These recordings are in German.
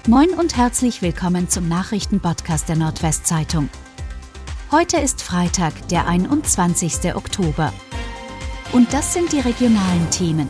Moin und herzlich willkommen zum Nachrichtenpodcast der Nordwestzeitung. Heute ist Freitag, der 21. Oktober. Und das sind die regionalen Themen.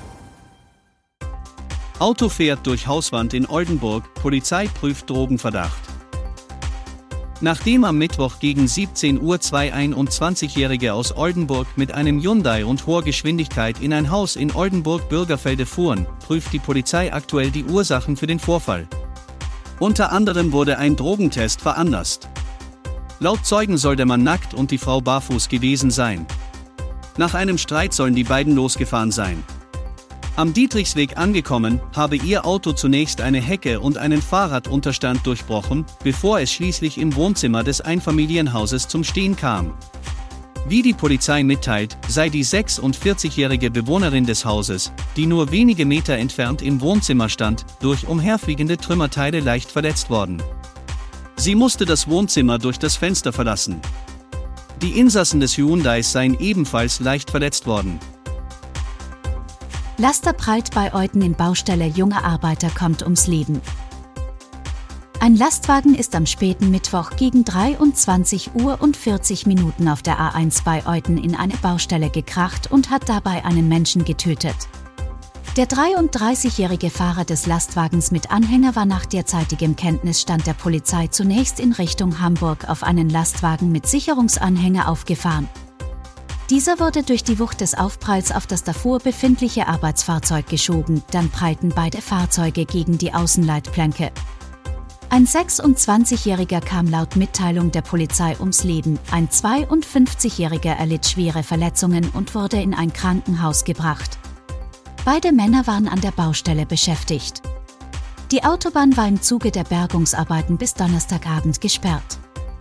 Auto fährt durch Hauswand in Oldenburg, Polizei prüft Drogenverdacht. Nachdem am Mittwoch gegen 17 Uhr zwei 21-Jährige aus Oldenburg mit einem Hyundai und hoher Geschwindigkeit in ein Haus in Oldenburg-Bürgerfelde fuhren, prüft die Polizei aktuell die Ursachen für den Vorfall. Unter anderem wurde ein Drogentest veranlasst. Laut Zeugen soll der Mann nackt und die Frau barfuß gewesen sein. Nach einem Streit sollen die beiden losgefahren sein. Am Dietrichsweg angekommen, habe ihr Auto zunächst eine Hecke und einen Fahrradunterstand durchbrochen, bevor es schließlich im Wohnzimmer des Einfamilienhauses zum Stehen kam. Wie die Polizei mitteilt, sei die 46-jährige Bewohnerin des Hauses, die nur wenige Meter entfernt im Wohnzimmer stand, durch umherfliegende Trümmerteile leicht verletzt worden. Sie musste das Wohnzimmer durch das Fenster verlassen. Die Insassen des Hyundais seien ebenfalls leicht verletzt worden. Laster prallt bei Euten in Baustelle, junger Arbeiter kommt ums Leben. Ein Lastwagen ist am späten Mittwoch gegen 23 Uhr und 40 Minuten auf der A1 bei Euten in eine Baustelle gekracht und hat dabei einen Menschen getötet. Der 33-jährige Fahrer des Lastwagens mit Anhänger war nach derzeitigem Kenntnisstand der Polizei zunächst in Richtung Hamburg auf einen Lastwagen mit Sicherungsanhänger aufgefahren. Dieser wurde durch die Wucht des Aufpralls auf das davor befindliche Arbeitsfahrzeug geschoben, dann prallten beide Fahrzeuge gegen die Außenleitplanke. Ein 26-Jähriger kam laut Mitteilung der Polizei ums Leben, ein 52-Jähriger erlitt schwere Verletzungen und wurde in ein Krankenhaus gebracht. Beide Männer waren an der Baustelle beschäftigt. Die Autobahn war im Zuge der Bergungsarbeiten bis Donnerstagabend gesperrt.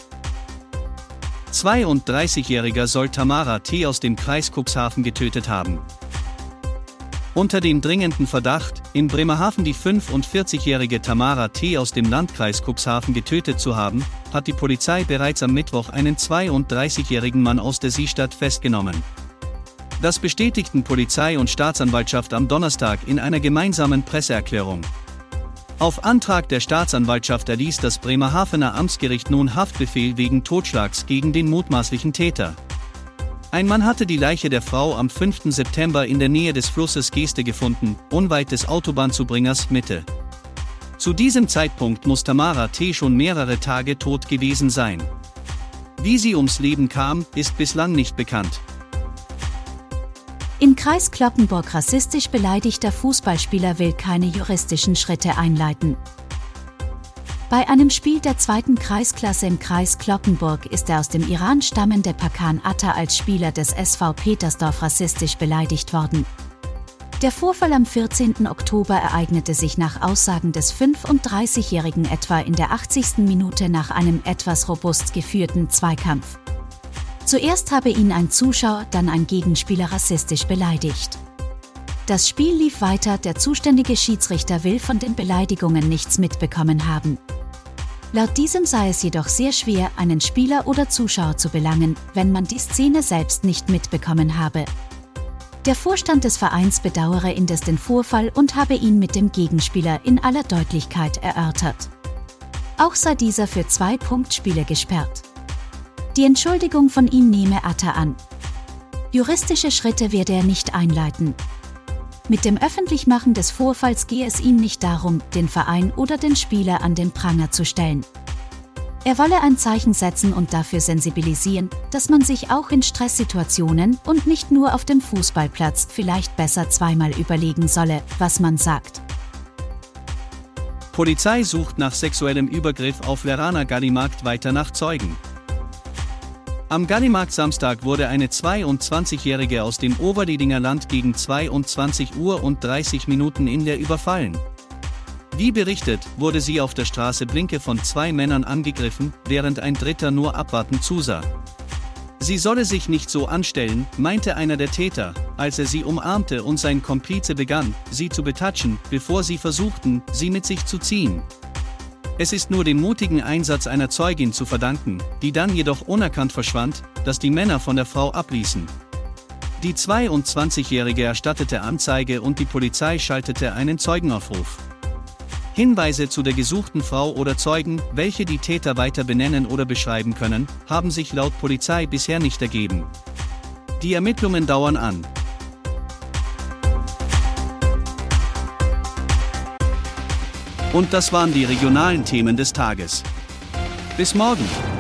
32-Jähriger soll Tamara T. aus dem Kreis Cuxhaven getötet haben. Unter dem dringenden Verdacht, in Bremerhaven die 45-jährige Tamara T. aus dem Landkreis Cuxhaven getötet zu haben, hat die Polizei bereits am Mittwoch einen 32-jährigen Mann aus der Siestadt festgenommen. Das bestätigten Polizei und Staatsanwaltschaft am Donnerstag in einer gemeinsamen Presseerklärung. Auf Antrag der Staatsanwaltschaft erließ das Bremerhavener Amtsgericht nun Haftbefehl wegen Totschlags gegen den mutmaßlichen Täter. Ein Mann hatte die Leiche der Frau am 5. September in der Nähe des Flusses Geeste gefunden, unweit des Autobahnzubringers Mitte. Zu diesem Zeitpunkt muss Tamara T. schon mehrere Tage tot gewesen sein. Wie sie ums Leben kam, ist bislang nicht bekannt. In Kreis Cloppenburg rassistisch beleidigter Fußballspieler will keine juristischen Schritte einleiten. Bei einem Spiel der 2. Kreisklasse im Kreis Cloppenburg ist der aus dem Iran stammende Pakan Atta als Spieler des SV Petersdorf rassistisch beleidigt worden. Der Vorfall am 14. Oktober ereignete sich nach Aussagen des 35-Jährigen etwa in der 80. Minute nach einem etwas robust geführten Zweikampf. Zuerst habe ihn ein Zuschauer, dann ein Gegenspieler rassistisch beleidigt. Das Spiel lief weiter, der zuständige Schiedsrichter will von den Beleidigungen nichts mitbekommen haben. Laut diesem sei es jedoch sehr schwer, einen Spieler oder Zuschauer zu belangen, wenn man die Szene selbst nicht mitbekommen habe. Der Vorstand des Vereins bedauere indes den Vorfall und habe ihn mit dem Gegenspieler in aller Deutlichkeit erörtert. Auch sei dieser für 2 Punktspiele gesperrt. Die Entschuldigung von ihm nehme Atta an. Juristische Schritte werde er nicht einleiten. Mit dem Öffentlichmachen des Vorfalls gehe es ihm nicht darum, den Verein oder den Spieler an den Pranger zu stellen. Er wolle ein Zeichen setzen und dafür sensibilisieren, dass man sich auch in Stresssituationen und nicht nur auf dem Fußballplatz vielleicht besser zweimal überlegen solle, was man sagt. Polizei sucht nach sexuellem Übergriff auf Leraner Gallimarkt weiter nach Zeugen. Am Gallimarkt Samstag wurde eine 22-jährige aus dem Oberledinger Land gegen 22 Uhr und 30 Minuten in der überfallen. Wie berichtet, wurde sie auf der Straße Blinke von 2 Männern angegriffen, während ein dritter nur abwartend zusah. Sie solle sich nicht so anstellen, meinte einer der Täter, als er sie umarmte und sein Komplize begann, sie zu betatschen, bevor sie versuchten, sie mit sich zu ziehen. Es ist nur dem mutigen Einsatz einer Zeugin zu verdanken, die dann jedoch unerkannt verschwand, dass die Männer von der Frau abließen. Die 22-Jährige erstattete Anzeige und die Polizei schaltete einen Zeugenaufruf. Hinweise zu der gesuchten Frau oder Zeugen, welche die Täter weiter benennen oder beschreiben können, haben sich laut Polizei bisher nicht ergeben. Die Ermittlungen dauern an. Und das waren die regionalen Themen des Tages. Bis morgen!